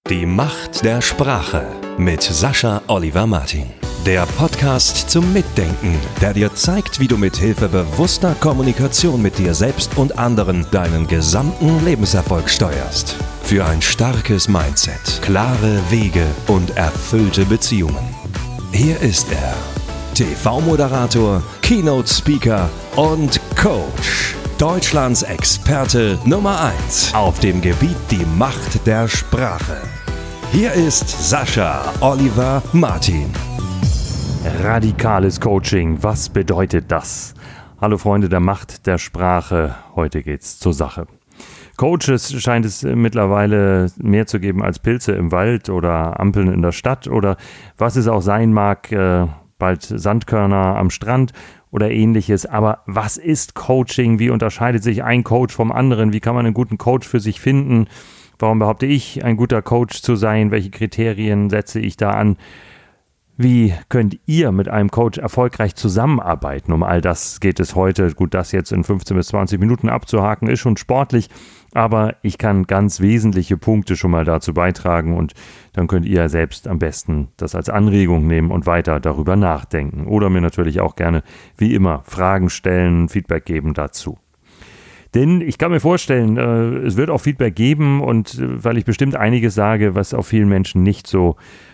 Die Macht der Sprache mit Sascha Oliver Martin. Der Podcast zum Mitdenken, der dir zeigt, wie du mit Hilfe bewusster Kommunikation mit dir selbst und anderen deinen gesamten Lebenserfolg steuerst. Für ein starkes Mindset, klare Wege und erfüllte Beziehungen. Hier ist er, TV-Moderator, Keynote-Speaker und Coach. Deutschlands Experte Nummer 1 auf dem Gebiet die Macht der Sprache. Hier ist Sascha Oliver Martin. Radikales Coaching, was bedeutet das? Hallo Freunde der Macht der Sprache, heute geht's zur Sache. Coaches scheint es mittlerweile mehr zu geben als Pilze im Wald oder Ampeln in der Stadt oder was es auch sein mag, bald Sandkörner am Strand oder ähnliches. Aber was ist Coaching? Wie unterscheidet sich ein Coach vom anderen? Wie kann man einen guten Coach für sich finden? Warum behaupte ich, ein guter Coach zu sein? Welche Kriterien setze ich da an? Wie könnt ihr mit einem Coach erfolgreich zusammenarbeiten? Um all das geht es heute. Gut, das jetzt in 15 bis 20 Minuten abzuhaken, ist schon sportlich, aber ich kann ganz wesentliche Punkte schon mal dazu beitragen und dann könnt ihr selbst am besten das als Anregung nehmen und weiter darüber nachdenken. Oder mir natürlich auch gerne, wie immer, Fragen stellen, Feedback geben dazu. Denn ich kann mir vorstellen, es wird auch Feedback geben und weil ich bestimmt einiges sage, was auch vielen Menschen nicht so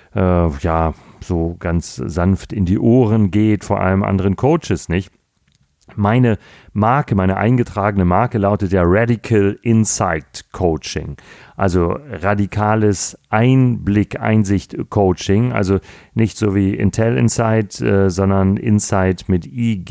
so ganz sanft in die Ohren geht, vor allem anderen Coaches nicht. Meine Marke, meine eingetragene Marke lautet ja Radical Insight Coaching, also radikales Einsicht-Coaching, also nicht so wie Intel Insight, sondern Insight mit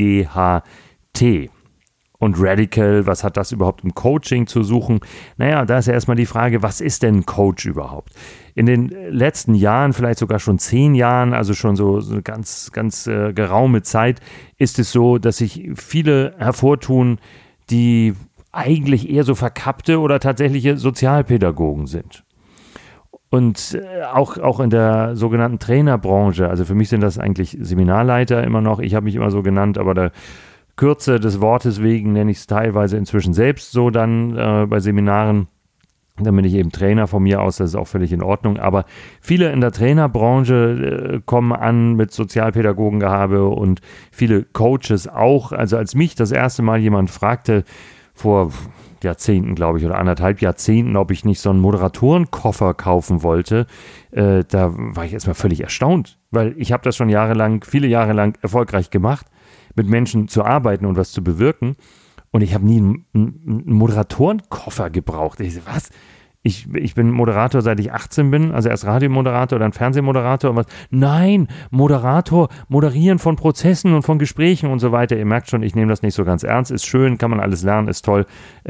I-G-H-T. Und Radical, was hat das überhaupt im Coaching zu suchen? Naja, da ist ja erstmal die Frage, was ist denn ein Coach überhaupt? In den letzten Jahren, vielleicht sogar schon 10 Jahren, also schon so ganz geraume Zeit, ist es so, dass sich viele hervortun, die eigentlich eher so verkappte oder tatsächliche Sozialpädagogen sind. Und auch in der sogenannten Trainerbranche, also für mich sind das eigentlich Seminarleiter immer noch, ich habe mich immer so genannt, aber der Kürze des Wortes wegen nenne ich es teilweise inzwischen selbst so dann bei Seminaren. Dann bin ich eben Trainer von mir aus, das ist auch völlig in Ordnung. Aber viele in der Trainerbranche kommen an mit Sozialpädagogengehabe und viele Coaches auch. Also als mich das erste Mal jemand fragte, vor Jahrzehnten, glaube ich, oder 1,5 Jahrzehnten, ob ich nicht so einen Moderatorenkoffer kaufen wollte, da war ich erstmal völlig erstaunt, weil ich habe das schon viele Jahre lang erfolgreich gemacht, mit Menschen zu arbeiten und was zu bewirken. Und ich habe nie einen Moderatorenkoffer gebraucht. Ich so, was? Ich bin Moderator, seit ich 18 bin, also erst Radiomoderator, dann Fernsehmoderator und was. Nein, Moderieren von Prozessen und von Gesprächen und so weiter. Ihr merkt schon, ich nehme das nicht so ganz ernst. Ist schön, kann man alles lernen, ist toll.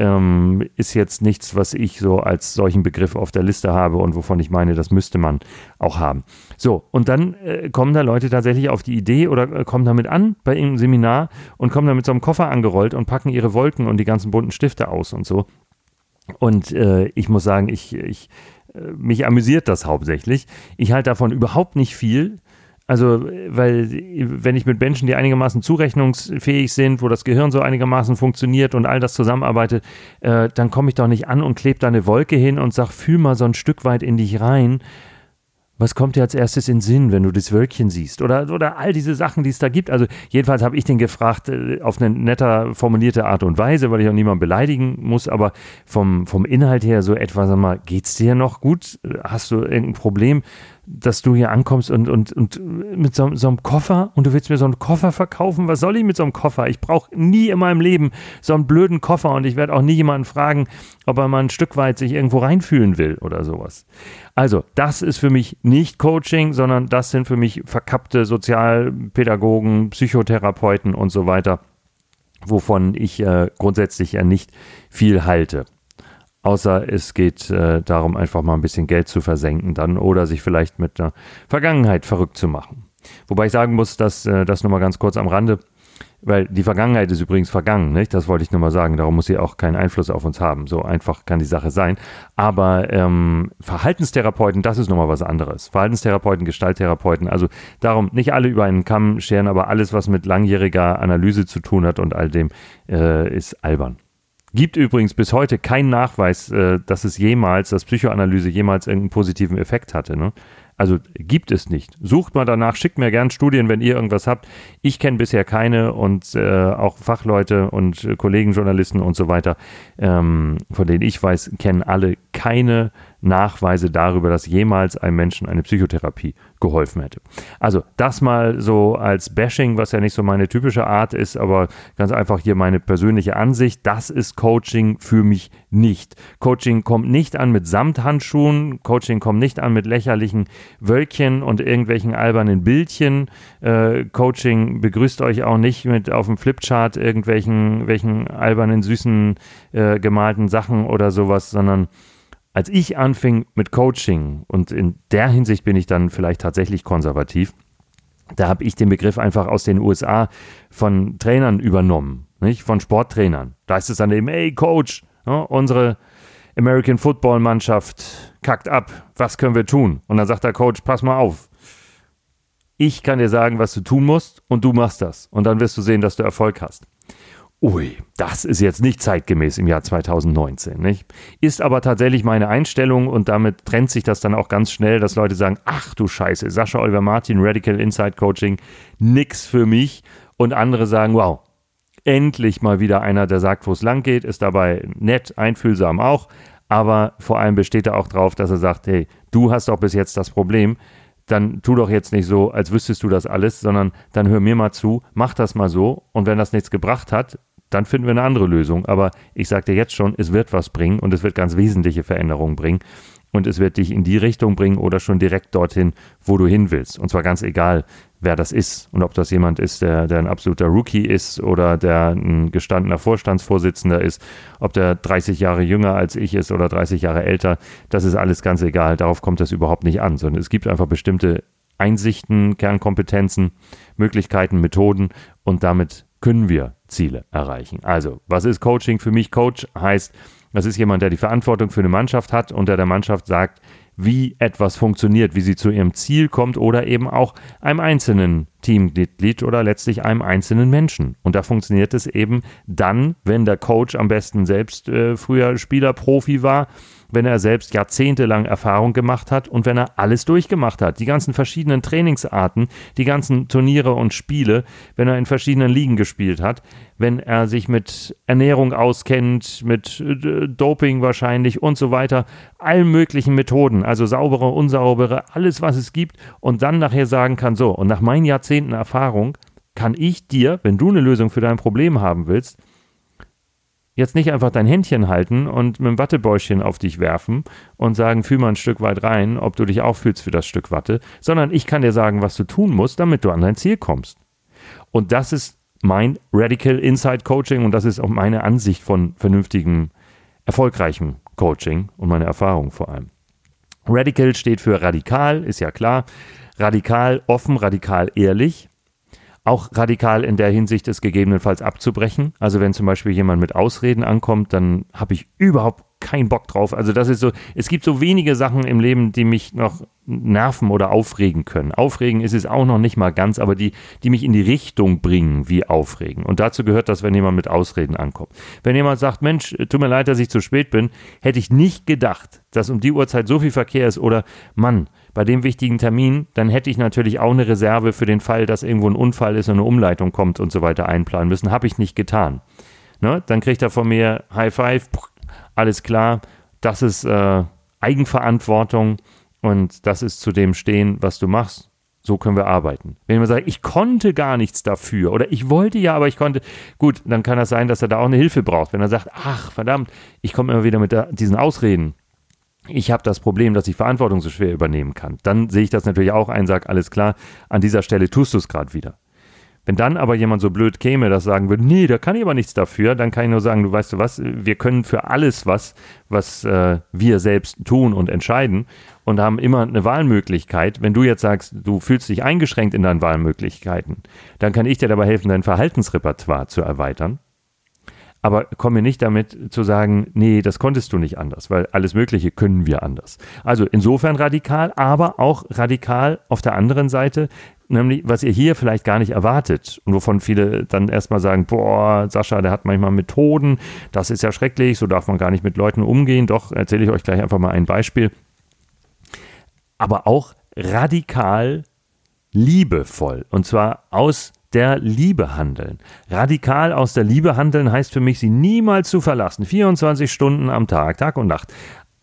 Ist jetzt nichts, was ich so als solchen Begriff auf der Liste habe und wovon ich meine, das müsste man auch haben. So, und dann kommen da Leute tatsächlich auf die Idee oder kommen damit an bei irgendeinem Seminar und kommen da mit so einem Koffer angerollt und packen ihre Wolken und die ganzen bunten Stifte aus und so. Und ich muss sagen, mich amüsiert das hauptsächlich. Ich halte davon überhaupt nicht viel. Also, weil wenn ich mit Menschen, die einigermaßen zurechnungsfähig sind, wo das Gehirn so einigermaßen funktioniert und all das zusammenarbeitet, dann komme ich doch nicht an und klebe da eine Wolke hin und sage, fühl mal so ein Stück weit in dich rein. Was kommt dir als erstes in den Sinn, wenn du das Wölkchen siehst? Oder all diese Sachen, die es da gibt. Also jedenfalls habe ich den gefragt auf eine netter formulierte Art und Weise, weil ich auch niemanden beleidigen muss, aber vom Inhalt her so etwa, sag mal, geht's dir noch gut? Hast du irgendein Problem, dass du hier ankommst und mit so einem Koffer und du willst mir so einen Koffer verkaufen? Was soll ich mit so einem Koffer? Ich brauche nie in meinem Leben so einen blöden Koffer und ich werde auch nie jemanden fragen, ob er mal ein Stück weit sich irgendwo reinfühlen will oder sowas. Also, das ist für mich nicht Coaching, sondern das sind für mich verkappte Sozialpädagogen, Psychotherapeuten und so weiter, wovon ich grundsätzlich ja nicht viel halte. Außer es geht darum, einfach mal ein bisschen Geld zu versenken dann oder sich vielleicht mit einer Vergangenheit verrückt zu machen. Wobei ich sagen muss, dass das nochmal ganz kurz am Rande, weil die Vergangenheit ist übrigens vergangen, nicht? Das wollte ich nur mal sagen, darum muss sie auch keinen Einfluss auf uns haben. So einfach kann die Sache sein. Aber Verhaltenstherapeuten, das ist nochmal was anderes. Verhaltenstherapeuten, Gestalttherapeuten, also darum nicht alle über einen Kamm scheren, aber alles, was mit langjähriger Analyse zu tun hat und all dem, ist albern. Gibt übrigens bis heute keinen Nachweis, dass Psychoanalyse jemals irgendeinen positiven Effekt hatte. Ne? Also gibt es nicht. Sucht mal danach, schickt mir gern Studien, wenn ihr irgendwas habt. Ich kenne bisher keine und auch Fachleute und Kollegen, Journalisten und so weiter, von denen ich weiß, kennen alle keine Nachweise darüber, dass jemals einem Menschen eine Psychotherapie geholfen hätte. Also das mal so als Bashing, was ja nicht so meine typische Art ist, aber ganz einfach hier meine persönliche Ansicht. Das ist Coaching für mich nicht. Coaching kommt nicht an mit Samthandschuhen, Coaching kommt nicht an mit lächerlichen Wölkchen und irgendwelchen albernen Bildchen. Coaching begrüßt euch auch nicht mit auf dem Flipchart welchen albernen, süßen, gemalten Sachen oder sowas, sondern als ich anfing mit Coaching, und in der Hinsicht bin ich dann vielleicht tatsächlich konservativ, da habe ich den Begriff einfach aus den USA von Trainern übernommen, nicht? Von Sporttrainern. Da ist es dann eben, ey Coach, unsere American Football Mannschaft kackt ab, was können wir tun? Und dann sagt der Coach, pass mal auf, ich kann dir sagen, was du tun musst und du machst das. Und dann wirst du sehen, dass du Erfolg hast. Ui, das ist jetzt nicht zeitgemäß im Jahr 2019, nicht? Ist aber tatsächlich meine Einstellung und damit trennt sich das dann auch ganz schnell, dass Leute sagen, ach du Scheiße, Sascha Oliver Martin, Radical Insight Coaching, nix für mich. Und andere sagen, wow, endlich mal wieder einer, der sagt, wo es lang geht, ist dabei nett, einfühlsam auch, aber vor allem besteht er auch drauf, dass er sagt, hey, du hast doch bis jetzt das Problem, dann tu doch jetzt nicht so, als wüsstest du das alles, sondern dann hör mir mal zu, mach das mal so und wenn das nichts gebracht hat, dann finden wir eine andere Lösung. Aber ich sage dir jetzt schon, es wird was bringen und es wird ganz wesentliche Veränderungen bringen und es wird dich in die Richtung bringen oder schon direkt dorthin, wo du hin willst. Und zwar ganz egal, wer das ist und ob das jemand ist, der ein absoluter Rookie ist oder der ein gestandener Vorstandsvorsitzender ist, ob der 30 Jahre jünger als ich ist oder 30 Jahre älter, das ist alles ganz egal. Darauf kommt das überhaupt nicht an, sondern es gibt einfach bestimmte Einsichten, Kernkompetenzen, Möglichkeiten, Methoden und damit können wir Ziele erreichen. Also, was ist Coaching für mich? Coach heißt, das ist jemand, der die Verantwortung für eine Mannschaft hat und der Mannschaft sagt, wie etwas funktioniert, wie sie zu ihrem Ziel kommt oder eben auch einem einzelnen Teammitglied oder letztlich einem einzelnen Menschen. Und da funktioniert es eben dann, wenn der Coach am besten selbst früher Spieler-Profi war, wenn er selbst jahrzehntelang Erfahrung gemacht hat und wenn er alles durchgemacht hat, die ganzen verschiedenen Trainingsarten, die ganzen Turniere und Spiele, wenn er in verschiedenen Ligen gespielt hat, wenn er sich mit Ernährung auskennt, mit Doping wahrscheinlich und so weiter, allen möglichen Methoden, also saubere, unsaubere, alles was es gibt und dann nachher sagen kann, so, und nach meinen Jahrzehnten Erfahrung kann ich dir, wenn du eine Lösung für dein Problem haben willst, jetzt nicht einfach dein Händchen halten und mit dem Wattebäuschen auf dich werfen und sagen, fühl mal ein Stück weit rein, ob du dich auch fühlst für das Stück Watte, sondern ich kann dir sagen, was du tun musst, damit du an dein Ziel kommst. Und das ist mein Radical Insight Coaching und das ist auch meine Ansicht von vernünftigem, erfolgreichem Coaching und meine Erfahrung vor allem. Radical steht für radikal, ist ja klar. Radikal offen, radikal ehrlich. Auch radikal in der Hinsicht, es gegebenenfalls abzubrechen. Also wenn zum Beispiel jemand mit Ausreden ankommt, dann habe ich überhaupt keinen Bock drauf. Also das ist so, es gibt so wenige Sachen im Leben, die mich noch nerven oder aufregen können. Aufregen ist es auch noch nicht mal ganz, aber die mich in die Richtung bringen, wie aufregen. Und dazu gehört das, wenn jemand mit Ausreden ankommt. Wenn jemand sagt, Mensch, tut mir leid, dass ich zu spät bin, hätte ich nicht gedacht, dass um die Uhrzeit so viel Verkehr ist oder Mann, bei dem wichtigen Termin, dann hätte ich natürlich auch eine Reserve für den Fall, dass irgendwo ein Unfall ist und eine Umleitung kommt und so weiter einplanen müssen. Habe ich nicht getan. Ne? Dann kriegt er von mir High Five, alles klar, das ist Eigenverantwortung und das ist zu dem stehen, was du machst. So können wir arbeiten. Wenn jemand sagt, ich konnte gar nichts dafür oder ich wollte ja, aber ich konnte, gut, dann kann das sein, dass er da auch eine Hilfe braucht. Wenn er sagt, ach verdammt, ich komme immer wieder mit diesen Ausreden. Ich habe das Problem, dass ich Verantwortung so schwer übernehmen kann. Dann sehe ich das natürlich auch ein, sage, alles klar, an dieser Stelle tust du es gerade wieder. Wenn dann aber jemand so blöd käme, dass sagen würde, nee, da kann ich aber nichts dafür, dann kann ich nur sagen, du weißt du was, wir können für alles was wir selbst tun und entscheiden und haben immer eine Wahlmöglichkeit. Wenn du jetzt sagst, du fühlst dich eingeschränkt in deinen Wahlmöglichkeiten, dann kann ich dir dabei helfen, dein Verhaltensrepertoire zu erweitern. Aber komm mir nicht damit zu sagen, nee, das konntest du nicht anders, weil alles Mögliche können wir anders. Also insofern radikal, aber auch radikal auf der anderen Seite, nämlich was ihr hier vielleicht gar nicht erwartet und wovon viele dann erstmal sagen, boah, Sascha, der hat manchmal Methoden, das ist ja schrecklich, so darf man gar nicht mit Leuten umgehen. Doch, erzähle ich euch gleich einfach mal ein Beispiel. Aber auch radikal liebevoll, und zwar aus der Liebe handeln. Radikal aus der Liebe handeln heißt für mich, sie niemals zu verlassen. 24 Stunden am Tag, Tag und Nacht.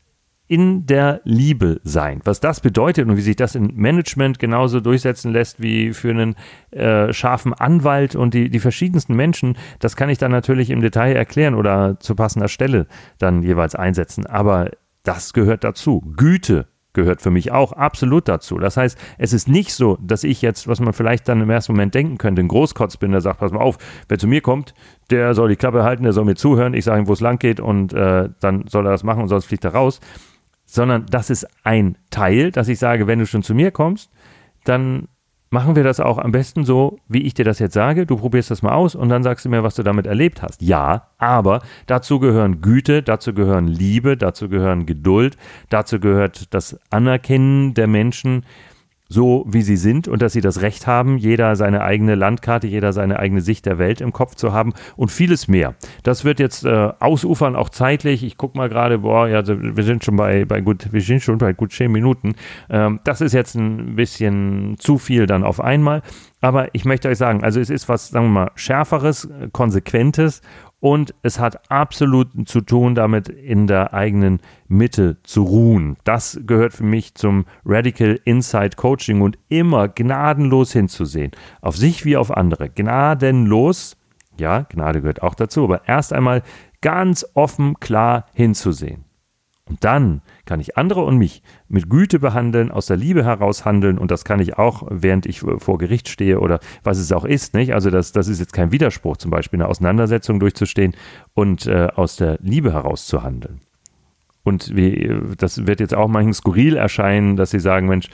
In der Liebe sein. Was das bedeutet und wie sich das im Management genauso durchsetzen lässt wie für einen scharfen Anwalt und die verschiedensten Menschen, das kann ich dann natürlich im Detail erklären oder zu passender Stelle dann jeweils einsetzen. Aber das gehört dazu. Güte gehört für mich auch absolut dazu. Das heißt, es ist nicht so, dass ich jetzt, was man vielleicht dann im ersten Moment denken könnte, ein Großkotz bin, der sagt, pass mal auf, wer zu mir kommt, der soll die Klappe halten, der soll mir zuhören, ich sage ihm, wo es lang geht und dann soll er das machen und sonst fliegt er raus. Sondern das ist ein Teil, dass ich sage, wenn du schon zu mir kommst, dann machen wir das auch am besten so, wie ich dir das jetzt sage. Du probierst das mal aus und dann sagst du mir, was du damit erlebt hast. Ja, aber dazu gehören Güte, dazu gehören Liebe, dazu gehören Geduld, dazu gehört das Anerkennen der Menschen, so wie sie sind und dass sie das Recht haben, jeder seine eigene Landkarte, jeder seine eigene Sicht der Welt im Kopf zu haben und vieles mehr. Das wird jetzt ausufern, auch zeitlich. Ich gucke mal gerade, wir sind schon bei gut 10 Minuten. Das ist jetzt ein bisschen zu viel dann auf einmal. Aber ich möchte euch sagen, also es ist was, sagen wir mal, Schärferes, Konsequentes und es hat absolut zu tun, damit in der eigenen Mitte zu ruhen. Das gehört für mich zum Radical Insight Coaching und immer gnadenlos hinzusehen. Auf sich wie auf andere. Gnadenlos, ja, Gnade gehört auch dazu, aber erst einmal ganz offen, klar hinzusehen. Und dann kann ich andere und mich mit Güte behandeln, aus der Liebe heraus handeln und das kann ich auch, während ich vor Gericht stehe oder was es auch ist, nicht? Also das ist jetzt kein Widerspruch, zum Beispiel eine Auseinandersetzung durchzustehen und aus der Liebe heraus zu handeln. Und das wird jetzt auch manchmal skurril erscheinen, dass sie sagen, Mensch,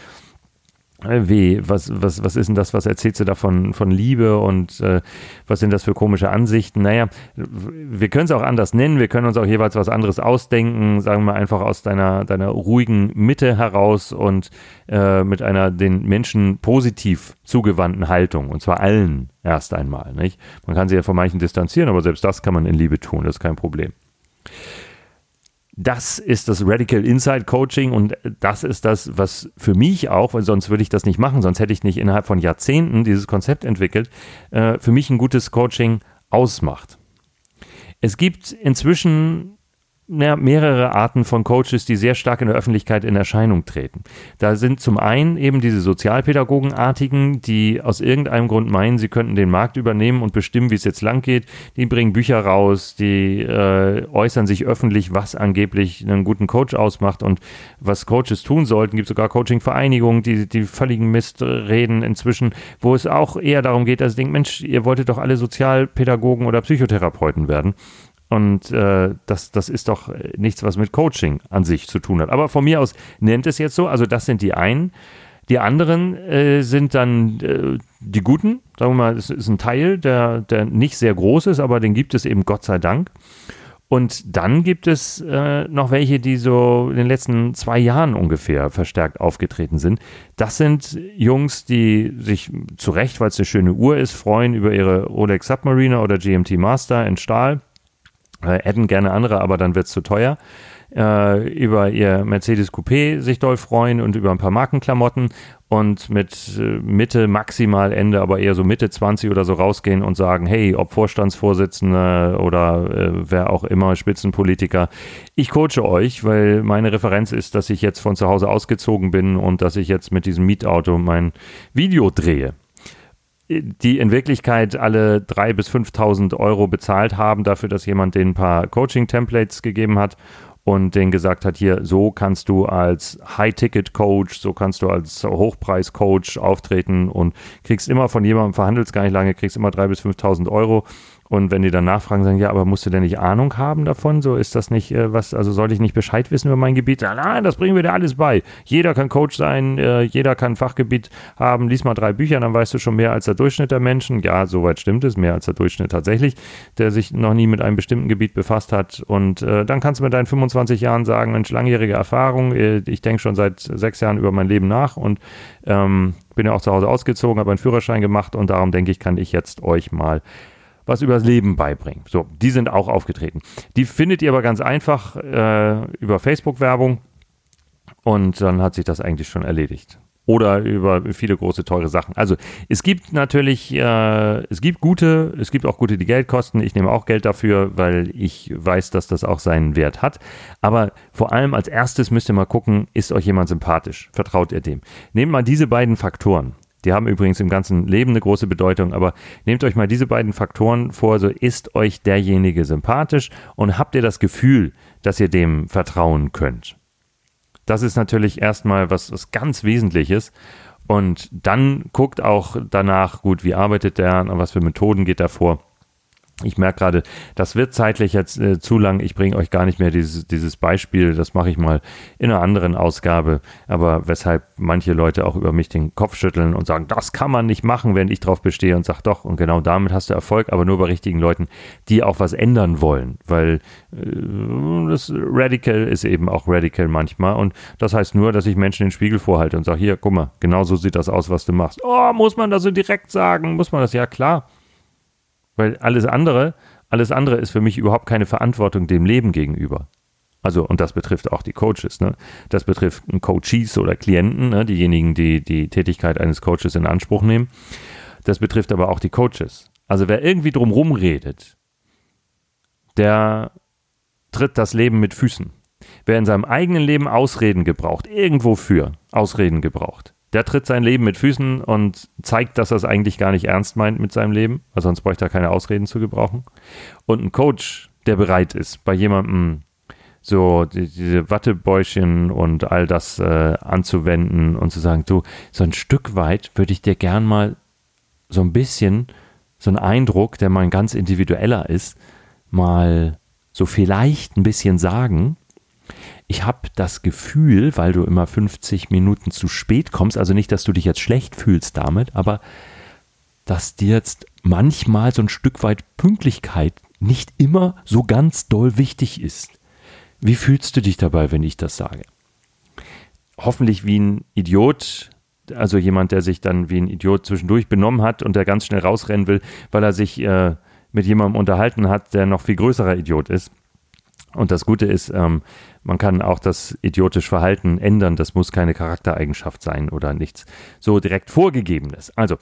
was ist denn das, was erzählst du da von Liebe und was sind das für komische Ansichten? Naja, wir können es auch anders nennen, wir können uns auch jeweils was anderes ausdenken, sagen wir einfach aus deiner ruhigen Mitte heraus und mit einer den Menschen positiv zugewandten Haltung und zwar allen erst einmal, nicht? Man kann sich ja von manchen distanzieren, aber selbst das kann man in Liebe tun, das ist kein Problem. Das ist das Radical Insight Coaching und das ist das, was für mich auch, weil sonst würde ich das nicht machen, sonst hätte ich nicht innerhalb von Jahrzehnten dieses Konzept entwickelt, für mich ein gutes Coaching ausmacht. Es gibt inzwischen mehrere Arten von Coaches, die sehr stark in der Öffentlichkeit in Erscheinung treten. Da sind zum einen eben diese Sozialpädagogenartigen, die aus irgendeinem Grund meinen, sie könnten den Markt übernehmen und bestimmen, wie es jetzt lang geht. Die bringen Bücher raus, die äußern sich öffentlich, was angeblich einen guten Coach ausmacht und was Coaches tun sollten. Es gibt sogar Coaching-Vereinigungen, die völligen Mist reden inzwischen, wo es auch eher darum geht, dass ich denke, Mensch, ihr wolltet doch alle Sozialpädagogen oder Psychotherapeuten werden. Und das ist doch nichts, was mit Coaching an sich zu tun hat. Aber von mir aus nennt es jetzt so, also das sind die einen. Die anderen sind dann die Guten, sagen wir mal, es ist ein Teil, der nicht sehr groß ist, aber den gibt es eben Gott sei Dank. Und dann gibt es noch welche, die so in den letzten 2 Jahren ungefähr verstärkt aufgetreten sind. Das sind Jungs, die sich zu Recht, weil es eine schöne Uhr ist, freuen über ihre Rolex Submariner oder GMT Master in Stahl. Hätten gerne andere, aber dann wird es zu teuer. Über ihr Mercedes Coupé sich doll freuen und über ein paar Markenklamotten und mit Mitte, maximal Ende, aber eher so Mitte 20 oder so rausgehen und sagen, hey, ob Vorstandsvorsitzender oder wer auch immer, Spitzenpolitiker, ich coache euch, weil meine Referenz ist, dass ich jetzt von zu Hause ausgezogen bin und dass ich jetzt mit diesem Mietauto mein Video drehe. Die in Wirklichkeit alle 3.000 bis 5.000 Euro bezahlt haben dafür, dass jemand denen ein paar Coaching-Templates gegeben hat und denen gesagt hat, hier, so kannst du als High-Ticket-Coach, so kannst du als Hochpreis-Coach auftreten und kriegst immer von jemandem, verhandelst gar nicht lange, kriegst immer 3.000 bis 5.000 Euro Und wenn die dann nachfragen, sagen, ja, aber musst du denn nicht Ahnung haben davon? So ist das nicht also sollte ich nicht Bescheid wissen über mein Gebiet? Nein, das bringen wir dir alles bei. Jeder kann Coach sein, jeder kann ein Fachgebiet haben. Lies mal 3 Bücher, dann weißt du schon mehr als der Durchschnitt der Menschen. Ja, soweit stimmt es, mehr als der Durchschnitt tatsächlich, der sich noch nie mit einem bestimmten Gebiet befasst hat. Und dann kannst du mit deinen 25 Jahren sagen, Mensch, langjährige Erfahrung, ich denke schon seit 6 Jahren über mein Leben nach und bin ja auch zu Hause ausgezogen, habe einen Führerschein gemacht und darum denke ich, kann ich jetzt euch mal was übers Leben beibringen. So, die sind auch aufgetreten. Die findet ihr aber ganz einfach über Facebook-Werbung und dann hat sich das eigentlich schon erledigt. Oder über viele große, teure Sachen. Also es gibt natürlich, es gibt auch gute, die Geld kosten. Ich nehme auch Geld dafür, weil ich weiß, dass das auch seinen Wert hat. Aber vor allem als erstes müsst ihr mal gucken, ist euch jemand sympathisch? Vertraut ihr dem? Nehmt mal diese beiden Faktoren. Die haben übrigens im ganzen Leben eine große Bedeutung, aber nehmt euch mal diese beiden Faktoren vor, so ist euch derjenige sympathisch und habt ihr das Gefühl, dass ihr dem vertrauen könnt. Das ist natürlich erstmal was ganz Wesentliches und dann guckt auch danach, gut, wie arbeitet der, an was für Methoden geht er vor. Ich merke gerade, das wird zeitlich jetzt zu lang. Ich bringe euch gar nicht mehr dieses Beispiel. Das mache ich mal in einer anderen Ausgabe. Aber weshalb manche Leute auch über mich den Kopf schütteln und sagen, das kann man nicht machen, wenn ich drauf bestehe und sage doch. Und genau damit hast du Erfolg, aber nur bei richtigen Leuten, die auch was ändern wollen. Weil das Radical ist eben auch Radical manchmal. Und das heißt nur, dass ich Menschen den Spiegel vorhalte und sage, hier, guck mal, genau so sieht das aus, was du machst. Oh, muss man das so direkt sagen? Muss man das? Ja, klar. Weil alles andere ist für mich überhaupt keine Verantwortung dem Leben gegenüber. Also, und das betrifft auch die Coaches, ne? Das betrifft Coaches oder Klienten, ne? Diejenigen, die die Tätigkeit eines Coaches in Anspruch nehmen. Das betrifft aber auch die Coaches. Also, wer irgendwie drumherum redet, der tritt das Leben mit Füßen. Wer in seinem eigenen Leben Ausreden gebraucht, irgendwofür Ausreden gebraucht, der tritt sein Leben mit Füßen und zeigt, dass er es eigentlich gar nicht ernst meint mit seinem Leben, weil sonst bräuchte er keine Ausreden zu gebrauchen. Und ein Coach, der bereit ist, bei jemandem so diese Wattebäuschen und all das anzuwenden und zu sagen, du, so ein Stück weit würde ich dir gern mal so ein bisschen, so einen Eindruck, der mal ein ganz individueller ist, mal so vielleicht ein bisschen sagen. Ich habe das Gefühl, weil du immer 50 Minuten zu spät kommst, also nicht, dass du dich jetzt schlecht fühlst damit, aber dass dir jetzt manchmal so ein Stück weit Pünktlichkeit nicht immer so ganz doll wichtig ist. Wie fühlst du dich dabei, wenn ich das sage? Hoffentlich wie ein Idiot, also jemand, der sich dann wie ein Idiot zwischendurch benommen hat und der ganz schnell rausrennen will, weil er sich mit jemandem unterhalten hat, der noch viel größerer Idiot ist. Und das Gute ist, man kann auch das idiotische Verhalten ändern. Das muss keine Charaktereigenschaft sein oder nichts so direkt Vorgegebenes. Also,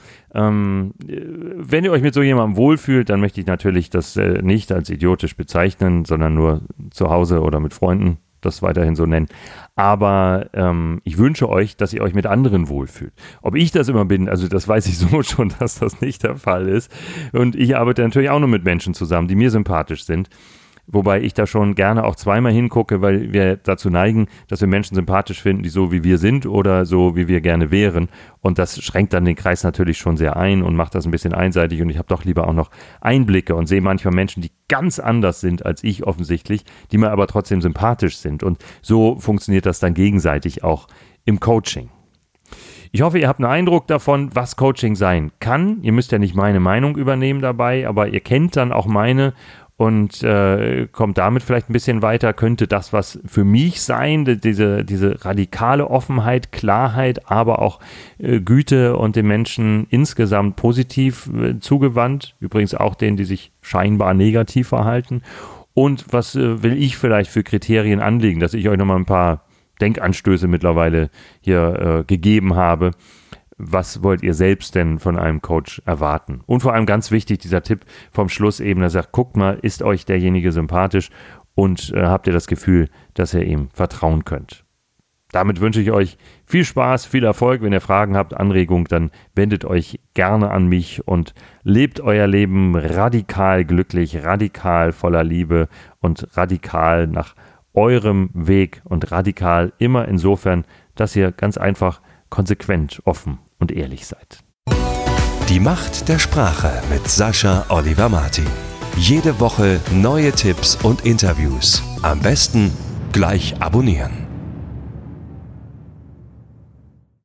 wenn ihr euch mit so jemandem wohlfühlt, dann möchte ich natürlich das nicht als idiotisch bezeichnen, sondern nur zu Hause oder mit Freunden das weiterhin so nennen. Aber ich wünsche euch, dass ihr euch mit anderen wohlfühlt. Ob ich das immer bin, also das weiß ich so schon, dass das nicht der Fall ist. Und ich arbeite natürlich auch nur mit Menschen zusammen, die mir sympathisch sind. Wobei ich da schon gerne auch zweimal hingucke, weil wir dazu neigen, dass wir Menschen sympathisch finden, die so wie wir sind oder so wie wir gerne wären. Und das schränkt dann den Kreis natürlich schon sehr ein und macht das ein bisschen einseitig. Und ich habe doch lieber auch noch Einblicke und sehe manchmal Menschen, die ganz anders sind als ich offensichtlich, die mir aber trotzdem sympathisch sind. Und so funktioniert das dann gegenseitig auch im Coaching. Ich hoffe, ihr habt einen Eindruck davon, was Coaching sein kann. Ihr müsst ja nicht meine Meinung übernehmen dabei, aber ihr kennt dann auch meine und kommt damit vielleicht ein bisschen weiter. Könnte das was für mich sein, diese radikale Offenheit, Klarheit, aber auch Güte und den Menschen insgesamt positiv zugewandt, übrigens auch denen, die sich scheinbar negativ verhalten. Und was will ich vielleicht für Kriterien anlegen, dass ich euch nochmal ein paar Denkanstöße mittlerweile hier gegeben habe. Was wollt ihr selbst denn von einem Coach erwarten? Und vor allem ganz wichtig, dieser Tipp vom Schluss eben, der sagt, guckt mal, ist euch derjenige sympathisch und habt ihr das Gefühl, dass ihr ihm vertrauen könnt. Damit wünsche ich euch viel Spaß, viel Erfolg. Wenn ihr Fragen habt, Anregungen, dann wendet euch gerne an mich und lebt euer Leben radikal glücklich, radikal voller Liebe und radikal nach eurem Weg und radikal immer insofern, dass ihr ganz einfach konsequent, offen und ehrlich seid. Die Macht der Sprache mit Sascha Oliver Martin. Jede Woche neue Tipps und Interviews. Am besten gleich abonnieren.